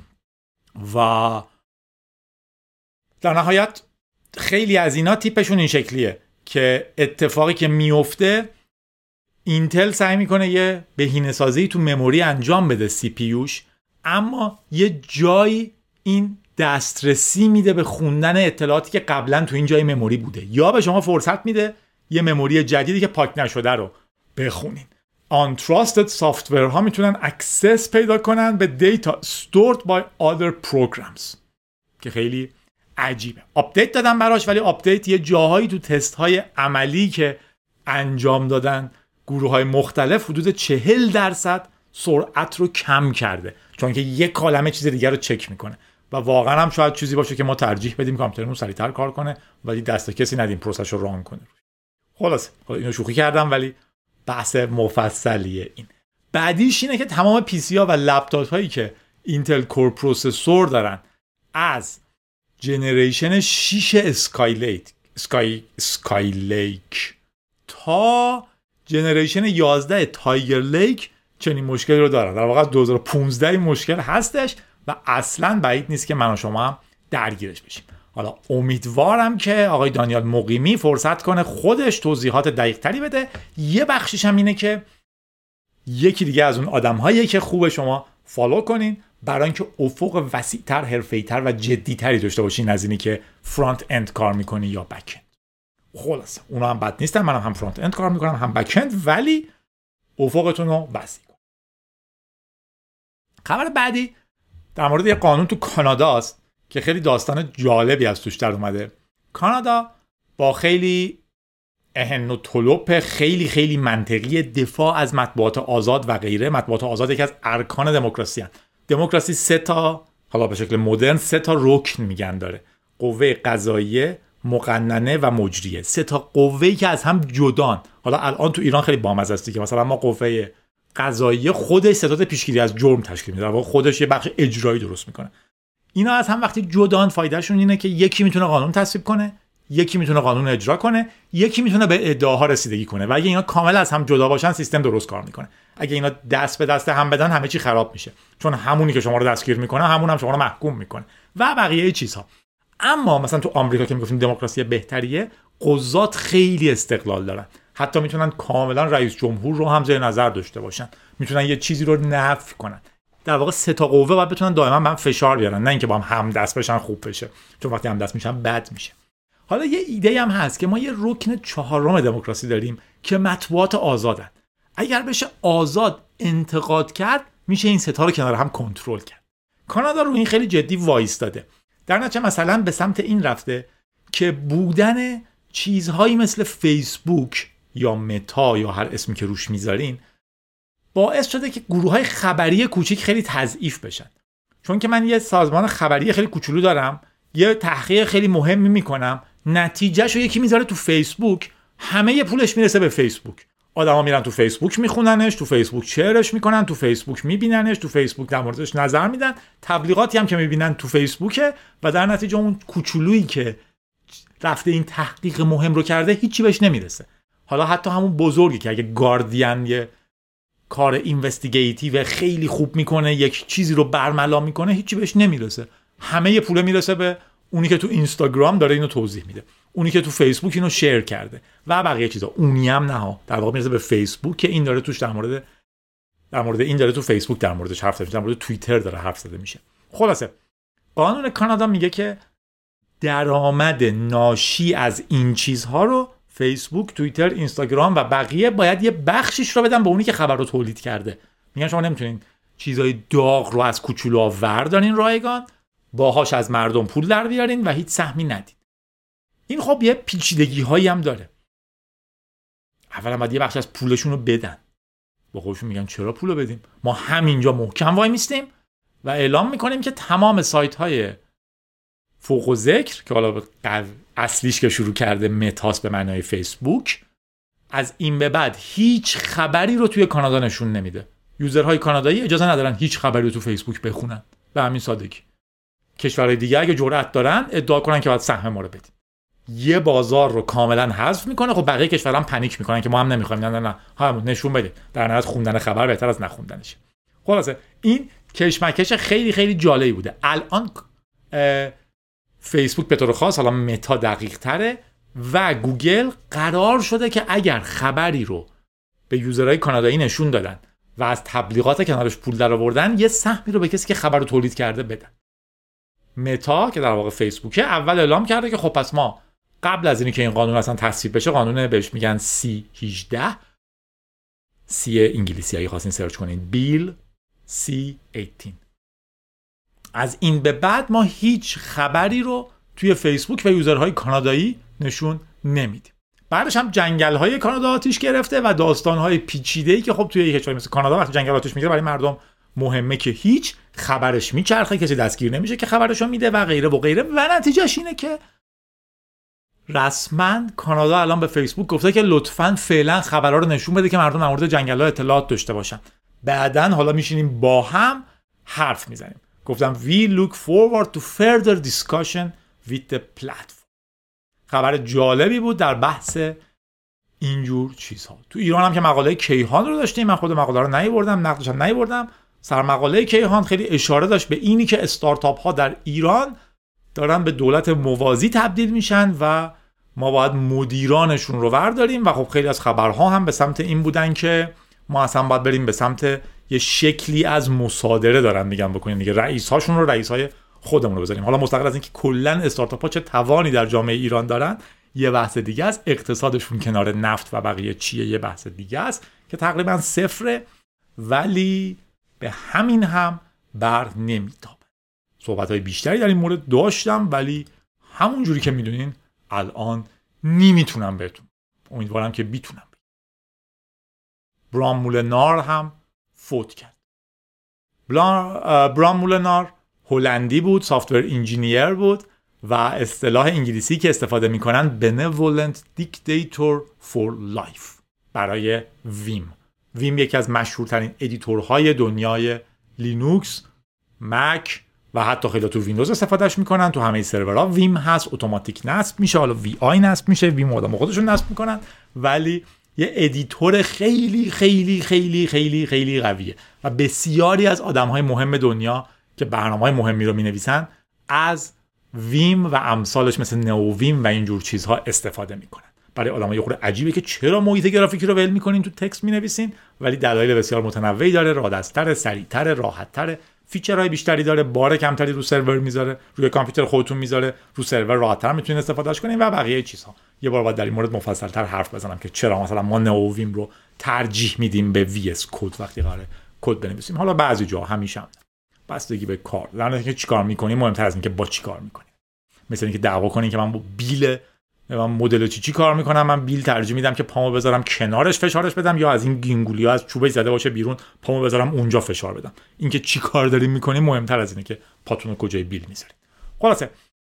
و در نهایت خیلی از اینا تیپشون این شکلیه که اتفاقی که میفته اینتل سعی میکنه یه بهینه‌سازی تو مموری انجام بده سی پی یوش، اما یه جایی این دسترسی میده به خوندن اطلاعاتی که قبلا تو این جای مموری بوده، یا به شما فرصت میده یه مموری جدیدی که پاک نشده رو بخونین. Untrusted سافتور ها میتونن اکسس پیدا کنن به دیتا stored by other programs که خیلی عجیبه. آپدیت دادن براش، ولی آپدیت یه جاهایی تو تست های عملی که انجام دادن گروه های مختلف حدود چهل درصد سرعت رو کم کرده، چون که یک کالمه چیز دیگر رو چک میکنه و واقعا هم شاید چیزی باشه که ما ترجیح بدیم کامپیوترمون سریعتر کار کنه ولی دست کسی ندیم پروسش رو ران کنه. خلاص اینو شوخی کردم ولی بحث مفصلیه. این بعدیش اینه که تمام پی سی ها و لپتاپ هایی که اینتل کور پروسسور دارن از جنریشن شش اسکایلیک اسکای اسکایلیک تا جنریشن یازده تایگر لیک چنین مشکلی رو دارن. در واقع دو هزار و پانزده این مشکل هستش و اصلاً بعید نیست که من و شما هم درگیرش بشیم. حالا امیدوارم که آقای دانیال مقیمی فرصت کنه خودش توضیحات دقیق تری بده. یه بخشش هم اینه که یکی دیگه از اون آدم‌هایی که خوبه شما فالو کنین برای اینکه افق وسیع‌تر، حرفه‌ای‌تر و جدی‌تری داشته باشین از اینی که فرانت اند کار می‌کنی یا بک اند. خلاصه اونا هم بد نیستن، منم هم فرانت اند کار می‌کنم هم بک اند، ولی افقتون رو وسیع کن. خبر بعدی در مورد یه قانون تو کانادا است که خیلی داستان جالبی از توش در اومده. کانادا با خیلی اهن و طلوپ خیلی خیلی منطقی دفاع از مطبوعات آزاد و غیره. مطبوعات آزاد یکی از ارکان دموکراسی هست. دموکراسی سه تا، حالا به شکل مدرن سه تا رکن میگن داره: قوه قضاییه، مقننه و مجریه. سه تا قوه‌ای که از هم جدان. حالا الان تو ایران خیلی بامزه است که مثلا ما قوه قضاییه خودش ستاد پیشگیری از جرم تشکیل میده، در واقع خودش یه بخش اجرایی درست میکنه. اینا از هم وقتی جدان فایدهشون اینه که یکی میتونه قانون تصویب کنه، یکی میتونه قانون اجرا کنه، یکی میتونه به ادعاها رسیدگی کنه و اگه اینا کامل از هم جدا باشن سیستم درست کار میکنه. اگه اینا دست به دست هم بدن همه چی خراب میشه، چون همونی که شما رو دستگیر میکنه همون هم شما رو محکوم میکنه و بقیه چیزها. اما مثلا تو آمریکا که میگفتیم دموکراسی بهتریه، قضات خیلی استقلال دارن، حتی میتونن کاملا رئیس جمهور رو هم زیر نظر داشته باشن، میتونن یه چیزی رو نفی کنن. در واقع سه تا قوه باید بتونن دائما به هم فشار بیارن، نه اینکه با هم همدست بشن خوب بشه، چون وقتی همدست میشن بد میشه. حالا یه ایده هم هست که ما یه رکن چهارم دموکراسی داریم که مطبوعات آزادن. اگر بشه آزاد انتقاد کرد میشه این سه تا رو کنار هم کنترل کرد. کانادا رو این خیلی جدی وایستاده. در نتیجه مثلا به سمت این رفته که بودن چیزهایی مثل فیسبوک یا متا یا هر اسمی که روش میذارین باعث شده که گروه‌های خبری کوچیک خیلی تضعیف بشن. چون که من یه سازمان خبری خیلی کوچولو دارم، یه تحقیق خیلی مهمی میکنم، نتیجهشو یکی میذاره تو فیسبوک، همه یه پولش میرسه به فیسبوک. آدما میرن تو فیسبوک میخوننش، تو فیسبوک شیرش میکنن، تو فیسبوک میبیننش، تو فیسبوک در موردش نظر میدن، تبلیغاتی هم که میبینن تو فیسبوکه و در نتیجه اون کوچولویی که رفته این تحقیق مهم رو کرده هیچی بهش نمیرسه. حالا حتی همون بزرگی که اگه گاردین یه کار اینوستیگیتیو خیلی خوب میکنه، یک چیزی رو برملا میکنه، هیچی بهش نمیرسه. همه یه پول میرسه به اونی که تو اینستاگرام داره اینو توضیح میده، اونی که تو فیسبوک اینو شیر کرده و بقیه چیزا. اونی هم نه ها، در واقع میرسه به فیسبوک که این داره توش در مورد در مورد این داره تو فیسبوک در موردش حرف زده، در مورد توییتر داره حرف زده میشه. خلاصه قانون کانادا میگه که درآمد ناشی از این چیزها رو فیسبوک، توییتر، اینستاگرام و بقیه باید یه بخشیش رو بدن به اونی که خبر رو تولید کرده. میگن شما نمیتونین چیزای داغ رو از کوچولوها وردارین رایگان، باهاش از مردم پول در بیارین و هیچ سهمی ندین. این خب یه پیچیدگی هایی هم داره. اولا باید یه بخش از پولشون رو بدن. با خودشون میگن چرا پول رو بدیم؟ ما همینجا محکم وای میستیم و اعلام میکنیم که تمام سایت های فوق و ذکر که حالا اصلیش که شروع کرده متاس به معنای فیسبوک، از این به بعد هیچ خبری رو توی کانادا نشون نمیده. یوزرهای کانادایی اجازه ندارن هیچ خبری رو تو فیسبوک بخونن. به همین سادگی. کشورهای دیگه اگه جرأت دارن ادعا کنن که باید سهم ما رو بدیم. یه بازار رو کاملا حذف میکنه. خب بقیه کشورها هم پنیک میکنن که ما هم نمیخوایم. نه نه نه همون نشون بده. در نهایت خوندن خبر بهتر از نخوندنشه. خلاصه این کشمکش خیلی خیلی جالبی بوده. الان فیسبوک به طور خاص، حالا متا دقیق تره، و گوگل قرار شده که اگر خبری رو به یوزرهای کانادایی نشون دادن و از تبلیغات کنارش پول در آوردن، یه سهمی رو به کسی که خبر رو تولید کرده بدن. متا که در واقع فیسبوکه اول اعلام کرده که خب پس ما قبل از اینکه این قانون اصلا تصویب بشه، قانون بهش میگن سی هجده، سی انگلیسی اگه خواستین سرچ کنین، بیل سی هجده، از این به بعد ما هیچ خبری رو توی فیسبوک و یوزرهای کانادایی نشون نمیدیم. بعدش هم جنگل‌های کانادا آتیش گرفته و داستان‌های پیچیده‌ای که خب توی یک کشور مثل کانادا وقتی جنگل آتیش میگیره برای مردم مهمه که هیچ خبرش میچرخه، کسی دستگیر نمیشه که خبرشو میده و غیره و غیره. و نتیجهش اینه که رسما کانادا الان به فیسبوک گفته که لطفاً فعلا خبرها رو نشون بده که مردم در مورد جنگل‌ها اطلاعات داشته باشن. بعداً حالا میشینیم با هم حرف میزنیم. گفتم we look forward to further discussion with the platform. خبر جالبی بود در بحث اینجور چیزها. تو ایران هم که مقاله کیهان رو داشتیم، من خود مقاله رو نیاوردم، نقدش هم نیاوردم. سر مقاله کیهان خیلی اشاره داشت به اینی که استارتاپ ها در ایران دارن به دولت موازی تبدیل میشن و ما باید مدیرانشون رو ورداریم و خب خیلی از خبرها هم به سمت این بودن که ما اصلا باید بریم به سمت یه شکلی از مصادره دارن میگن بکنیم دیگه، رئیس هاشون رو رئیس های خودمون رو بذاریم. حالا مستقل از اینکه کلا استارتاپ ها چه توانی در جامعه ایران دارن یه بحث دیگه است، اقتصادشون کنار نفت و بقیه چیه یه بحث دیگه است که تقریبا صفره، ولی به همین هم بر نمیتابه. صحبت‌های بیشتری در این مورد داشتم ولی همون جوری که میدونین الان نمیتونم بهتون، امیدوارم که بتونم. برام مولنار هم فوت کرد. برام مولنار هلندی بود، سافتور انجینیر بود و اصطلاح انگلیسی که استفاده میکنن Benevolent Dictator for Life برای ویم. ویم یکی از مشهورترین ادیتورهای دنیای لینوکس، مک و حتی خیلی تو ویندوز استفادهش میکنن. تو همه سرورها ویم هست، اتوماتیک نصب میشه، حالا وی آی نصب میشه، ویم آدم خودشون نصب میکنن، ولی یه ادیتور خیلی خیلی خیلی خیلی خیلی قویه و بسیاری از آدمهای مهم دنیا که برنامه‌های مهمی رو مینویسن از ویم و امثالش مثل نئو ویم و اینجور چیزها استفاده میکنن. برای آدمای خود عجیبه که چرا محیط گرافیکی رو ول میکنین تو تکست مینویسین، ولی دلایل بسیار متنوعی داره، رادستر، سریعتر، راحت‌تر، فیچرهای بیشتری داره، بار کمتری رو سرور میذاره، روی کامپیوتر خودتون میذاره، رو سرور راحت‌تر میتونین استفادهش کنین و بقیه چیزها. یه بار بعد در این مورد مفصل‌تر حرف بزنم که چرا مثلا ما نئو ویم رو ترجیح میدیم به وی اس کد وقتی قراره کد بنویسیم. حالا بعضی جا همیشه هم بستگی به کار، در اینکه چیکار می‌کنیم مهمتر از اینکه با چیکار می‌کنیم. مثلا اینکه دعوا کنین که من با بیل من مدل چی چی کار میکنم، من بیل ترجیح میدم که پامو بذارم کنارش فشارش بدم یا از این گینگولیا از چوبش زده باشه بیرون پامو بذارم اونجا فشار بدم. اینکه چی کار داریم میکنیم مهمتر از اینه که پاتون رو کجای بیل میذارید. خلاصه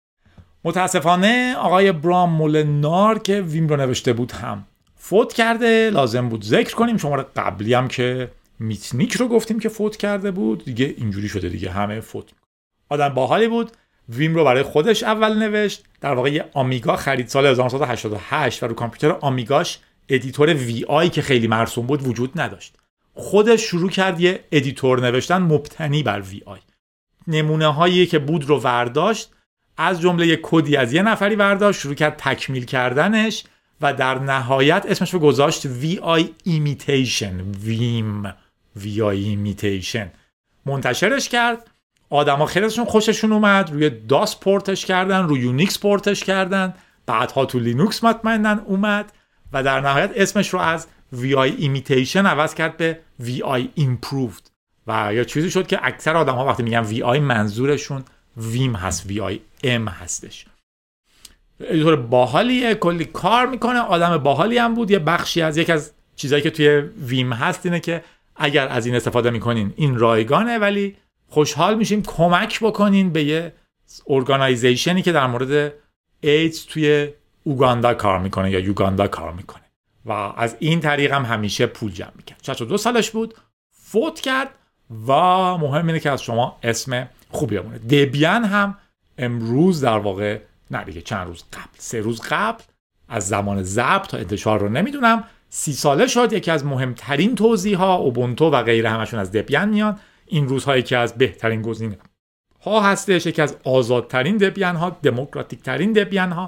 متاسفانه آقای برام مولنار که ویم رو نوشته بود هم فوت کرده. لازم بود ذکر کنیم. شماره قبلی هم که میتنیک رو گفتیم که فوت کرده بود، دیگه اینجوری شده دیگه همه فوت. آدم باحالی بود. ویم رو برای خودش اول نوشت. در واقع یه آمیگا خرید سال هزار و نهصد و هشتاد و هشت و رو کامپیوتر آمیگاش ادیتور وی آی که خیلی مرسوم بود وجود نداشت. خودش شروع کرد یه ادیتور نوشتن مبتنی بر وی آی. نمونه هایی که بود رو ورداشت، از جمله یه کدی از یه نفری ورداشت، شروع کرد تکمیل کردنش و در نهایت اسمش رو گذاشت وی آی ایمیتیشن. ویم وی آی ایمیتیشن منتشرش کرد. آدما خیلیشون خوششون اومد، روی داس پورتش کردن، روی یونیکس پورتش کردن، بعدها تو لینوکس مطمئناً اومد و در نهایت اسمش رو از وی آی ایمیتیشن عوض کرد به وی آی ایمپروفد و یا چیزی شد که اکثر آدما وقتی میگن وی آی منظورشون ویم هست، وی آی ام هستش. ادیتور باحالیه، کلی کار میکنه، آدم باحالی هم بود. یه بخشی از یک از چیزایی که توی ویم هست اینه که اگر از این استفاده میکنین این رایگانه، ولی خوشحال میشیم کمک بکنین به یه ارگانایزیشنی که در مورد ایدز توی اوگاندا کار میکنه یا یوگاندا کار میکنه و از این طریق هم همیشه پول جمع میکرد. شصت و دو سالش بود، فوت کرد و مهم اینه که از شما اسم خوبی بمونه. دبیان هم امروز در واقع نه دیگه چند روز قبل، سه روز قبل از زمان ضبط تا انتشار رو نمیدونم، سی ساله شد. یکی از مهمترین توضیح‌ها اوبونتو و غیره همشون از دبیان میان. این روزها یکی از بهترین گزینه ها هستش، یکی از آزادترین دبیان ها، دموکراتیک ترین دبیان ها،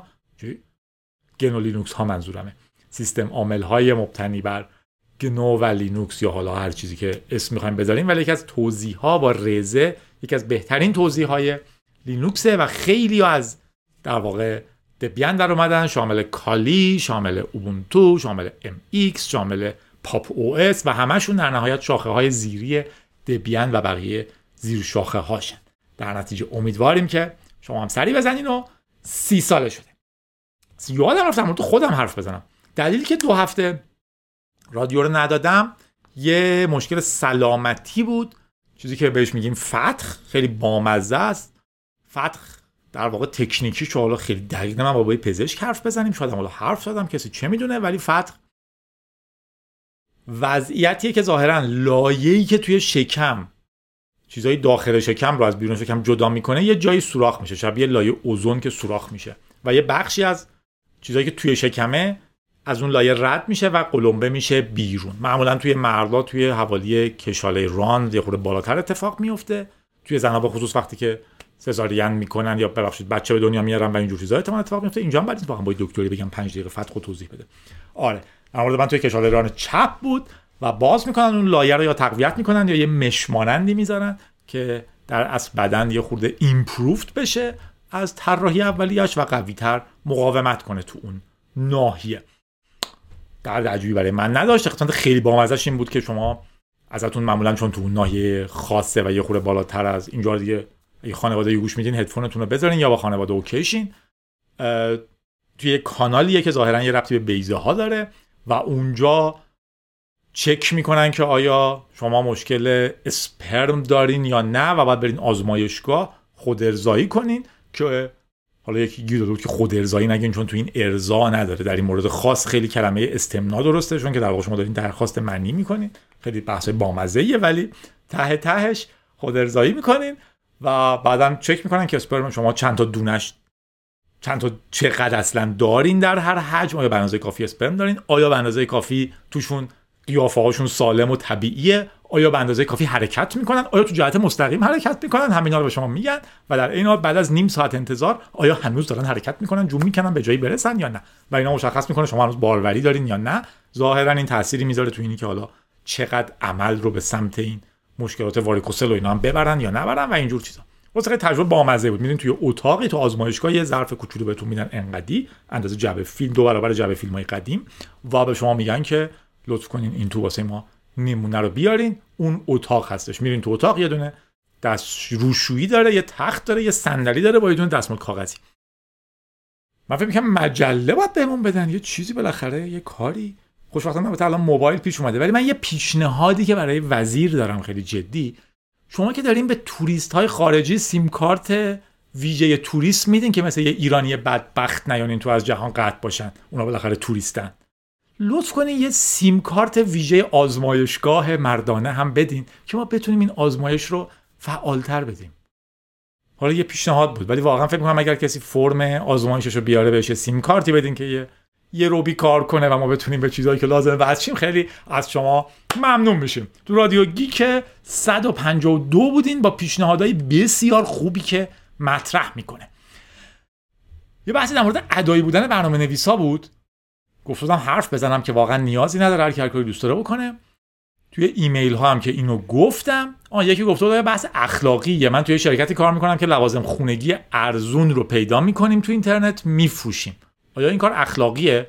گنو لینوکس ها منظورمه، سیستم عامل های مبتنی بر گنو و لینوکس یا حالا هر چیزی که اسم میخوایم بذاریم، ولی یکی از توضیح ها با رزه، یکی از بهترین توضیح های لینوکسه و خیلی از در واقع دبیان در اومدن، شامل کالی، شامل اوبونتو، شامل ام ایکس، شامل پاپ او اس و همشون در نهایت شاخه های زیری دبیان و بقیه زیر شاخه هاشن. در نتیجه امیدواریم که شما هم سری بزنین و سی ساله شده. یادم رفتم تو خودم حرف بزنم. دلیلی که دو هفته رادیو رو ندادم یه مشکل سلامتی بود، چیزی که بهش میگیم فتح. خیلی بامزه است. فتح در واقع تکنیکی شو حالا خیلی دقیق من با بای پزشک حرف بزنیم، شاید حالا حرف زدم کسی چه میدونه، ولی فتح وضعیتیه که ظاهراً لایه‌ای که توی شکم چیزای داخل شکم رو از بیرون شکم جدا میکنه یه جایی سوراخ میشه، شبیه لایه اوزون که سوراخ میشه و یه بخشی از چیزایی که توی شکمه از اون لایه رد میشه و قلمبه میشه بیرون. معمولا توی مردا توی حوالی کشاله ران یه خورده بالاتر اتفاق میفته. توی زنا به خصوص وقتی که سزارین میکنن یا ببخشید بچه به دنیا میارن و اینجور چیزا اتفاق اتفاق میفته. اینجا هم بعد واقعا با دکتری بگم پنج دقیقه فتح توضیح بده. آره در مورد من توی کشاله ران چپ بود و باز میکنن اون لایه رو یا تقویت میکنن یا یه مش مانندی میذارن که در اصل بدن یه خورده ایمپروفد بشه از طراحی اولیه‌اش و قوی‌تر مقاومت کنه تو اون ناحیه. درد عجیبی برای من نداشت. قسمت خیلی بامزه‌اش این بود که شما ازتون معمولا چون تو اون ناحیه خاصه و یه خورده بالاتر از اینجا دیگه اگه خانواده گوش میدین هدفونتون رو بذارین یا با خانواده اوکیشین. توی کانالیه که ظاهرا یه ربطی به بیضه ها داره و اونجا چک میکنن که آیا شما مشکل اسپرم دارین یا نه و بعد برین آزمایشگاه خود ارضایی کنین که حالا یکی گیر داده بود که خود ارضایی نگین چون تو این ارضا نداره. در این مورد خاص خیلی کلمه استمنا درسته چون که در واقع شما دارین درخواست منی میکنین. خیلی بحث بامزه‌ایه ولی ته تهش خود ارضایی میکنین و بعدم چک میکنن که اسپرم شما چند تا دونش چند تا چقدر اصلا دارین در هر حجم. آیا به اندازه کافی اسپرم دارین؟ آیا به اندازه کافی توشون قیافه هاشون سالم و طبیعیه؟ آیا به اندازه کافی حرکت میکنن؟ آیا تو جهت مستقیم حرکت میکنن؟ همینا رو به شما میگن و در این حال بعد از نیم ساعت انتظار آیا هنوز دارن حرکت میکنن، جون میکنن به جایی برسن یا نه؟ و اینا مشخص میکنه شما هنوز باروری دارین یا نه. ظاهرا این تأثیری میذاره تو اینی که حالا چقدر عمل رو به سمت این مشکلات واریکوسل و اینا هم ببرن یا نبرن و اینجور چیزا. واسه تجربه بامزه بود. میدین توی اتاقی تو آزمایشگاه یه ظرف کوچولو بهتون میدن انقدی اندازه جعبه فیلم، دو برابر جعبه فیلمای قدیم و به شما میگن که لطف کنین این تو واسه ما نمونه رو بیارین. اون اتاق هستش. میرین تو اتاق یه دونه دست روشویی داره، یه تخت داره، یه صندلی داره با یه دونه دستمال کاغذی. من فکر می‌کنم مجله باید بهمون بدن یه چیزی بالاخره یه کاری. خوشبختانه البته الان موبایل پیش اومده ولی من یه پیشنهادی که برای وزیر دارم خیلی جدی. شما که دارین به توریست‌های خارجی سیم کارت ویژه توریست میدین که مثل یه ایرانی بدبخت نیانین تو از جهان قطع باشن، اونا بالاخره توریستن، لطف کنین یه سیم کارت ویژه آزمایشگاه مردانه هم بدین که ما بتونیم این آزمایش رو فعالتر بدیم. حالا یه پیشنهاد بود ولی واقعا فکر می‌کنم اگر کسی فرم آزمایشش رو بیاره بهش سیم کارتی بدین که یه یه روبی کار کنه و ما بتونیم به چیزایی که لازمه واسه خیلی از شما ممنون میشیم. تو رادیو گیک صد و پنجاه و دو بودین با پیشنهادهای بسیار خوبی که مطرح میکنه. یه بحثی در مورد ادایی بودن برنامه‌نویسا بود. گفتم حرف بزنم که واقعا نیازی نداره هر کی هر کاری دوست داره بکنه. توی ایمیل ها هم که اینو گفتم. آن یکی گفته بود بحث اخلاقیه. من توی شرکتی کار میکنم که لوازم خونگی ارزون رو پیدا میکنیم تو اینترنت میفروشیم. آیا این کار اخلاقیه؟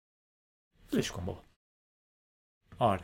لش کن بابا. آره.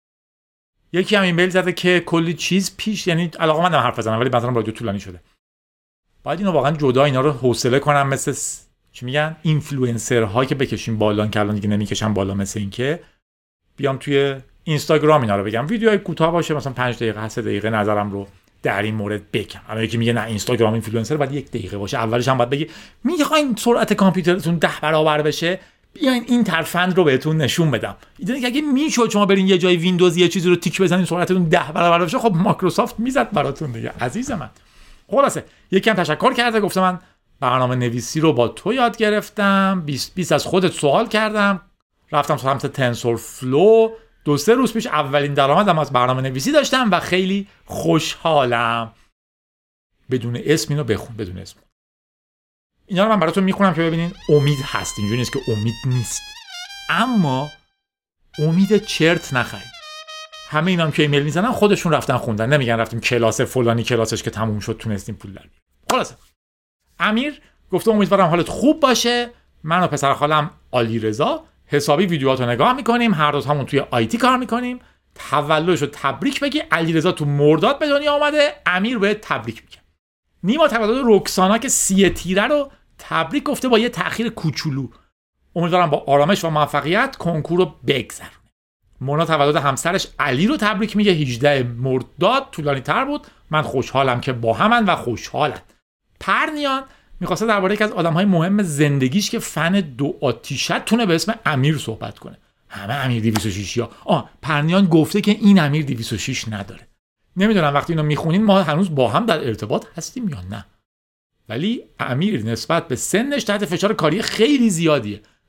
یکی هم ایمیل زده که کلی چیز پیش، یعنی علاقه‌مندم حرف بزنم ولی مثلا رادیو طولانی شده. باید اینو واقعا جدا اینا رو حوصله کنم مثل س... چی میگن اینفلوئنسرها که بکشیم بالا که الان دیگه نمیکشن بالا، مثل این که بیام توی اینستاگرام اینا رو بگم. ویدیوهای کوتاه باشه مثلا پنج دقیقه سه دقیقه نظرم رو در این مورد بگم. اما یکی میگه نه اینستاگرام اینفلوئنسر باید یک دقیقه باشه. اولش هم باید بگی میخواین سرعت کامپیوترتون ده برابر بشه، بیاین این ترفند رو بهتون نشون بدم. ایده که اگه میشد شما برین یه جای ویندوز یه چیزی رو تیک بزنین سرعتتون ده برابر بشه، خب مایکروسافت میزد براتون دیگه عزیز من. خلاصه یکی هم تشکر کرده، گفته من برنامه نویسی رو با تو یاد گرفتم، بیست بیست از خودت سوال کردم، رفتم سمت تنسور فلو، دو سه روز پیش اولین درآمدم از برنامه نویسی داشتم و خیلی خوشحالم. بدون اسم اینو بخون، بدون اسم. اینا رو من براتون میخونم که ببینین امید هست. اینجوری نیست که امید نیست، اما امید چرت نخرید. همه اینام که ایمیل میزنن خودشون رفتن خوندن، نمیگن رفتیم کلاس فلانی کلاسش که تموم شد تونستیم پول در بیاریم. خلاصه امیر گفته امیدوارم حالت خوب باشه. من و پسر خالم علیرضا حسابی ویدیوهاتو نگاه میکنیم، هر دو تامون توی آیتی کار میکنیم. تولدشو تبریک بگی. علیرضا تو مرداد به دنیا اومده، امیر به تبریک میگه. نیما تولد رکسانا که سی تیره رو تبریک گفته با یه تأخیر کوچولو. امیدوارم با آرامش و موفقیت کنکور رو بگذرونه. مونا تولد همسرش علی رو تبریک میگه، هجده مرداد، طولانی تر بود. من خوشحالم که با همن و خوشحالن. پرنیان میخواسته درباره یکی از آدم‌های مهم زندگیش که فن دو آتیشه تونه به اسم امیر صحبت کنه. همه امیر دویست و شش یا آه پرنیان گفته که این امیر دویست و شش نداره. نمیدونم وقتی اینو میخونین ما هنوز با هم در ارتباط هستیم یا نه، ولی امیر نسبت به سنش تحت فشار کاری خیلی زیادیه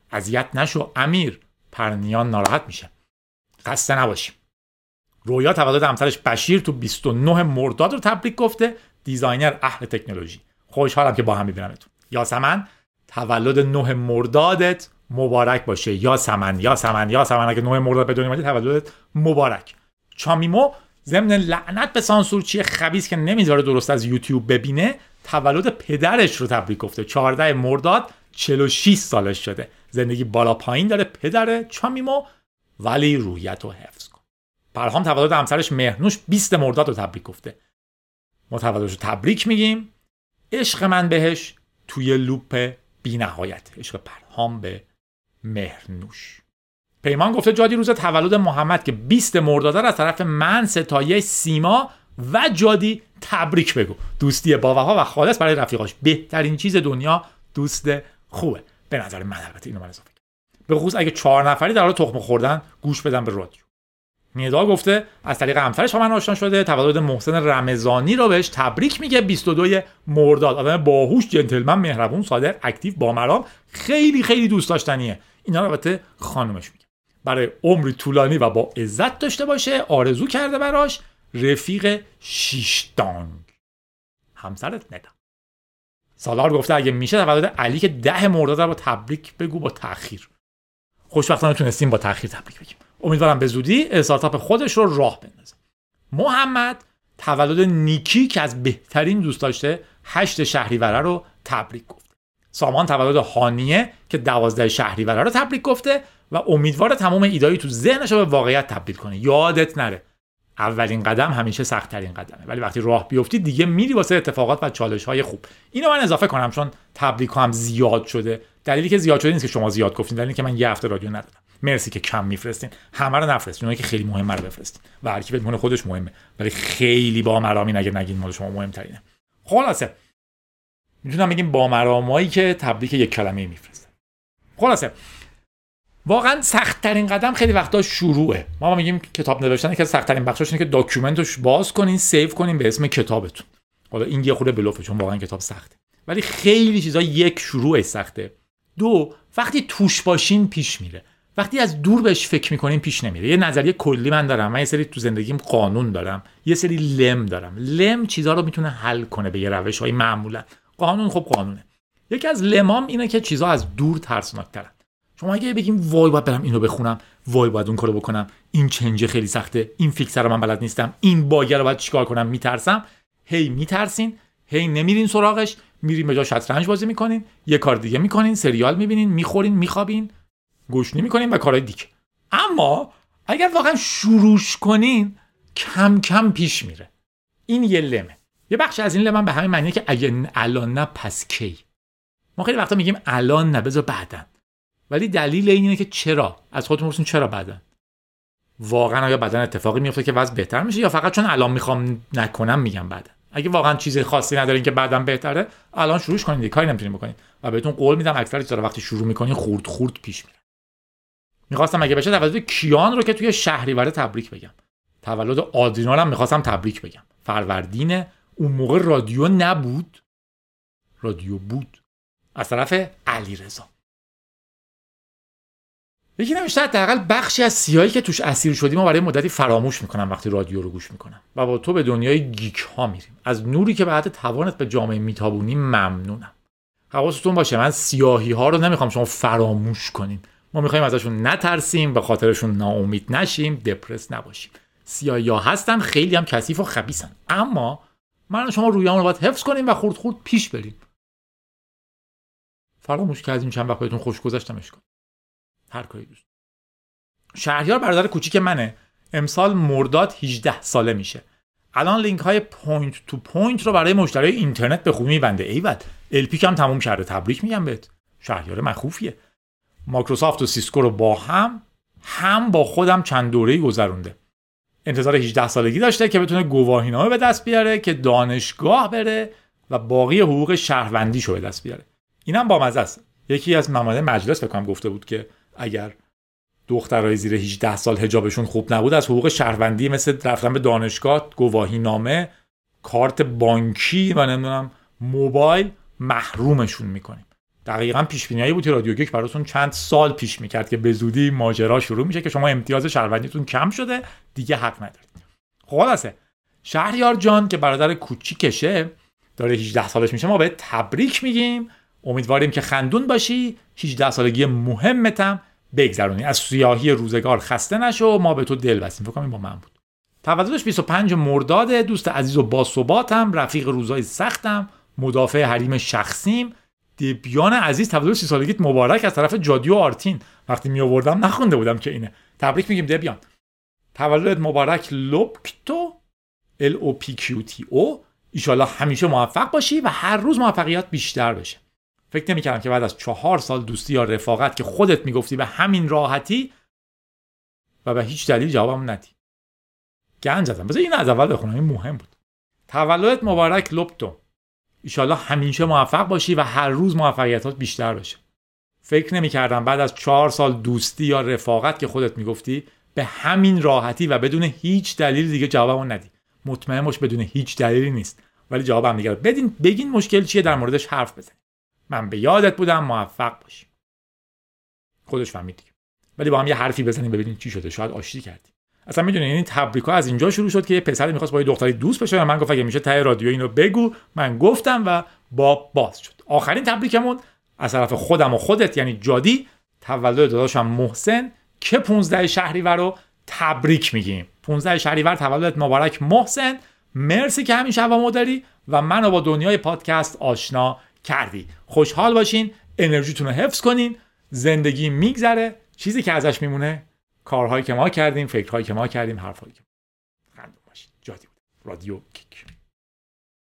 اذیت نشو امیر، پرنیان ناراحت میشه. خسته نباشیم. رویا تولد همسرش بشیر تو بیست و نه مرداد رو تبریک گفته. دیزاینر اهل تکنولوژی. خوشحالم که با هم میبینمتون. یاسمن تولد نه مردادت مبارک باشه. یاسمن یاسمن یاسمن اگه نه مرداد به دنیا اومدی تولدت مبارک. چامیمو ضمن لعنت به سانسورچی خبیث که نمیذاره درست از یوتیوب ببینه، تولد پدرش رو تبریک گفته. چهاردهم مرداد چهل و شش سالش شده. زندگی بالا پایین داره پدر چامیمو، ولی رویت رو حفظ کن. پرهام تولد همسرش مهرنوش بیست مرداد رو تبریک گفته. ما تولدش رو تبریک میگیم. عشق من بهش توی لوپ بی نهایت. عشق پرهام به مهرنوش. پیمان گفته جادی روز تولد محمد که بیست مرداد از طرف من، ستایه، سیما و جادی تبریک بگو. دوستی با وفا و خالص برای رفیقاش بهترین چیز دنیا دوست خوبه به نظر من. البته اینو من اضافه کنم، به خصوص اگه چهار نفری در حال تخم خوردن گوش بدن به رادیو. نیدا گفته از طریق همسرش با من آشنا شده. تولد محسن رمضانی رو بهش تبریک میگه. بیست و دو مرداد. آدم باهوش، جنتلمن، مهربون، صادق، اکتیو، بامرام، خیلی خیلی دوست داشتنیه. اینا رو البته خانومش میگه. برای عمری طولانی و با عزت داشته باشه آرزو کرده براش. رفیق شیشتانگ همسرت ندا. سالار گفته اگه میشه تولد علی که ده مرداد رو با تبریک بگو با تأخیر. خوشبختانه تونستیم با تأخیر تبریک بگیم. امیدوارم به زودی استارتاپ خودش رو راه بندازه. محمد تولد نیکی که از بهترین دوست داشته هشت شهریور رو تبریک گفته. سامان تولد هانیه که دوازده شهریور رو تبریک گفته و امیدواره تمام ایدایی تو ذهنش رو به واقعیت تبدیل کنه. یادت نره اولین قدم همیشه سخت‌ترین قدمه، ولی وقتی راه بیفتی دیگه میری واسه اتفاقات و چالش‌های خوب. اینو من اضافه کنم چون تبریک هم زیاد شده. دلیلی که زیاد شده نیست که شما زیاد گفتین، دلیلی که من یه هفته رادیو ندادم. مرسی که کم میفرستین. همه رو نفرستین، اونایی که خیلی مهمه رو بفرستین و هر کی بدون خودش مهمه، ولی خیلی با مرامی نگه نگین مال شما مهم‌ترینه. خلاصه میتونم بگیم با مرامایی که تبریک یک کلمه میفرستن. خلاصه واقعا سخت ترین قدم خیلی وقتا شروعه. ما میگیم کتاب نوشتن که سخت ترین بخشش اینه که داکیومنتش باز کنین، سیو کنین به اسم کتابتون. حالا این یه خورده بلوفه چون واقعا کتاب سخته، ولی خیلی چیزا یک شروعش سخته. دو، وقتی توش باشین پیش میره. وقتی از دور بهش فکر میکنین پیش نمیره. یه نظریه کلی من دارم. من یه سری تو زندگیم قانون دارم، یه سری لم دارم. لم چیزا رو میتونه حل کنه به یه روش‌های معمولا. قانون خب قانونه. یکی از لمام اینه که چیزا از دور ترسناک‌ترن. شما اگه بگیم وای باید برم اینو بخونم، وای باید اون کارو بکنم، این چنج خیلی سخته، این فیکسر رو من بلد نیستم، این باگ رو باید چیکار کنم، میترسم، هی میترسین، هی نمیرین سراغش، میرین به جا شطرنج بازی میکنین، یه کار دیگه میکنین، سریال میبینین، میخورین، میخوابین، گوشنی میکنین و کارهای دیگه. اما اگر واقعا شروعش کنین کم کم پیش میره. این یه لمه. یه بخش از این لمم به همین معنیه که اگه الان نه پس کی. ما خیلی وقتا میگیم الان نه بذار بعداً. ولی دلیل اینه که چرا؟ از خودتون بپرسین چرا بعدن؟ واقعا آیا بعدن اتفاقی میفته که وضع بهتر میشه یا فقط چون الان میخوام نکنم میگم بعدن؟ اگه واقعا چیز خاصی ندارین که بعدن بهتره، الان شروعش کنین، دیگه کاری نمیتونین بکنین و بهتون قول میدم اکثر چیزا وقتی شروع میکنین خورد خورد پیش میره. میخواستم اگه بشه تولد کیان رو که توی شهریور تبریک بگم. تولد آدرینالم میخواستم تبریک بگم. فروردین اون موقع رادیو نبود. رادیو بود. از طرف علیرضا. یکی نمیشه حداقل بخشی از سیاهی که توش اسیر شدیم و برای مدتی فراموش میکنم وقتی رادیو رو گوش میکنم و با تو به دنیای گیک ها میریم. از نوری که به حد توانت به جامعه میتابونی ممنونم. حواستون باشه من سیاهی ها رو نمیخوام شما فراموش کنیم. ما میخوایم ازشون نترسیم، به خاطرشون ناامید نشیم، دپرس نباشیم. سیاهی ها هستن، خیلی هم کثیف و خبیثن، اما من شما رویامون رو باید حفظ کنیم و خورد خورد پیش بریم. فراموش کردیم چند وقت بهتون خوش گذشتم اشکال. هر کاری دوست. شهریار برادر کوچیک منه. امسال مرداد هجده ساله میشه. الان لینک های پوینت تو پوینت رو برای مشتری اینترنت به خوبی میبنده. ایول، ال پی هم تموم کرده. تبریک میگم بهت. شهریار مخوفیه. مایکروسافت و سیسکو رو با هم هم با خودم چند دوره‌ای گذرونده. انتظار هجده سالگی داشته که بتونه گواهینامه به دست بیاره، که دانشگاه بره و باقی حقوق شهروندیشو به دست بیاره. اینم بامزه است. یکی از مامانه مجلس فکر کنم گفته بود که اگر دخترای زیر هجده سال حجابشون خوب نبود از حقوق شهروندی مثل رفتن به دانشگاه، گواهینامه، کارت بانکی و نمیدونم موبایل محرومشون میکنیم. دقیقاً پیش بینیایی بود که رادیو گیک براتون چند سال پیش میکرد که به زودی ماجرا شروع میشه که شما امتیاز شهروندیتون کم شده، دیگه حق ندارید. خلاصه شهریار جان که برادر کوچیکشه داره هجده سالش میشه، ما به تبریک میگیم، امیدواریم که خندون باشی، هجده سالگی مهمتم بگذرونی، از سیاهی روزگار خسته نشو، ما به تو دل بستیم. فکر کنم این با من بود. تولدش بیست و پنج مرداد، دوست عزیز و باثباتم، رفیق روزای سختم، مدافع حریم شخصیم. دیبیان عزیز تولد سی سالگیت مبارک از طرف جادی و آرتین. وقتی می آوردم نخونده بودم که اینه. تبریک میگیم دیبیان. تولدت مبارک لوپکتو ال او پی کیو تی او. ایشالله همیشه موفق باشی و هر روز موفقیت بیشتر بشه. فکر نمی‌کردم که بعد از چهار سال دوستی یا رفاقت که خودت میگفتی به همین راحتی و به هیچ دلیل جوابم ندی. گنج زدم. بذار این از اول بخونم، این مهم بود. تولدت مبارک لوپتو. ایشالله همیشه موفق باشی و هر روز موفقیتات بیشتر بشه. فکر نمی‌کردم بعد از چهار سال دوستی یا رفاقت که خودت میگفتی به همین راحتی و بدون هیچ دلیل دیگه جوابمو ندی. مطمئن باش بدون هیچ دلیلی نیست، ولی جوابم دیگه بدین، بگین مشکل چیه، در موردش حرف بزنیم. من به یادت بودم، موفق باشی. خودش فهمید دیگه. ولی با هم یه حرفی بزنیم ببینیم چی شده، شاید آشتی کردیم. اصلا میدونی این تبریکا از اینجا شروع شد که یه پسری می‌خواست با یه دختری دوست بشه و من گفتم اگه میشه ته رادیو اینو بگو، من گفتم و با باز شد. آخرین تبریکمون از طرف خودم و خودت یعنی جادی، تولد داداشم محسن که پانزده شهریور رو تبریک میگیم. پانزده شهریور تولدت مبارک محسن. مرسی که همین شبا داری و منو با دنیای پادکست آشنا کردی. خوشحال باشین، انرژیتون رو حفظ کنین، زندگی میگذره، چیزی که ازش میمونه کارهایی که ما کردیم، فکرهایی که ما کردیم، حرفایی که خندون باشین. جادی بود. رادیو گیک.